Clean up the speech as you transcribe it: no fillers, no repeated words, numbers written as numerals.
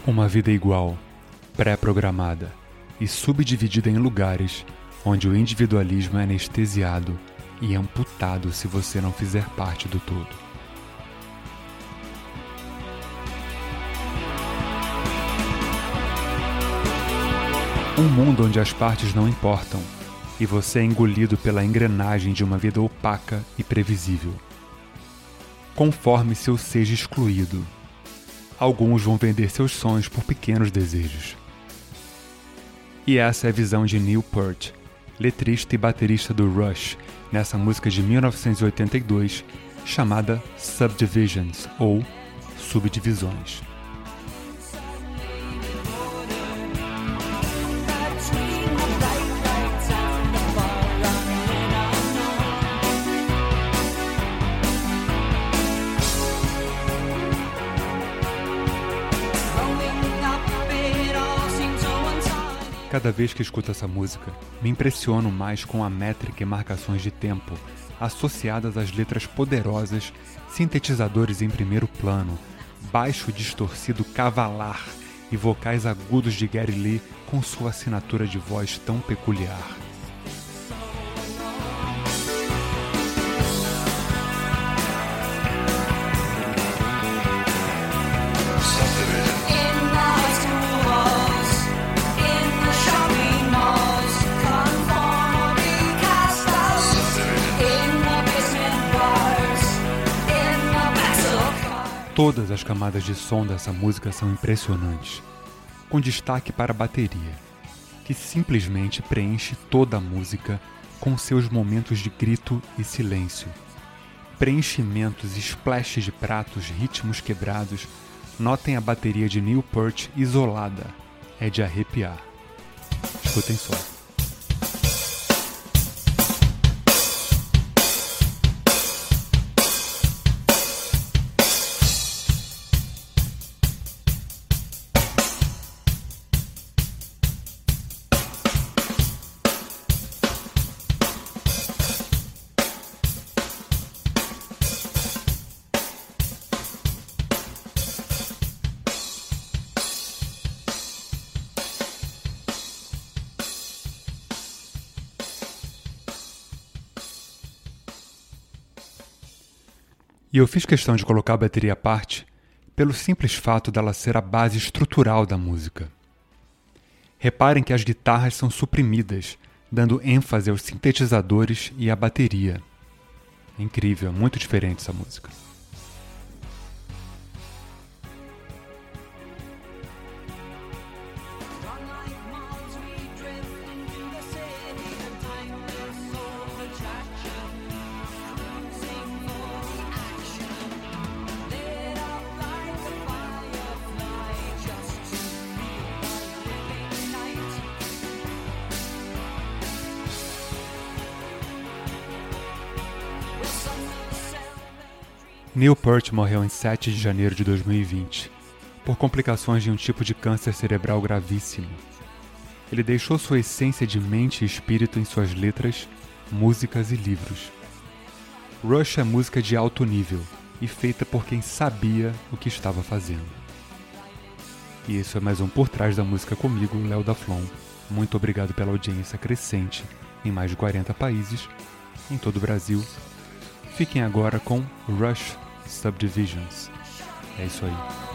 Uma vida igual, pré-programada e subdividida em lugares onde o individualismo é anestesiado e amputado se você não fizer parte do todo. Um mundo onde as partes não importam e você é engolido pela engrenagem de uma vida opaca e previsível. Conforme-se ou seja excluído, alguns vão vender seus sonhos por pequenos desejos. E essa é a visão de Neil Peart, letrista e baterista do Rush, nessa música de 1982 chamada Subdivisions, ou Subdivisões. Cada vez que escuto essa música, me impressiono mais com a métrica e marcações de tempo associadas às letras poderosas, sintetizadores em primeiro plano, baixo distorcido cavalar e vocais agudos de Geddy Lee com sua assinatura de voz tão peculiar. Todas as camadas de som dessa música são impressionantes, com destaque para a bateria, que simplesmente preenche toda a música com seus momentos de grito e silêncio. Preenchimentos, splashes de pratos, ritmos quebrados. Notem a bateria de Neil Peart isolada, é de arrepiar. Escutem só. E eu fiz questão de colocar a bateria à parte pelo simples fato dela ser a base estrutural da música. Reparem que as guitarras são suprimidas, dando ênfase aos sintetizadores e à bateria. É incrível, é muito diferente essa música. Neil Peart morreu em 7 de janeiro de 2020, por complicações de um tipo de câncer cerebral gravíssimo. Ele deixou sua essência de mente e espírito em suas letras, músicas e livros. Rush é música de alto nível e feita por quem sabia o que estava fazendo. E isso é mais um Por Trás da Música comigo, Léo da Flon. Muito obrigado pela audiência crescente em mais de 40 países, em todo o Brasil. Fiquem agora com Rush Subdivisions. É isso aí.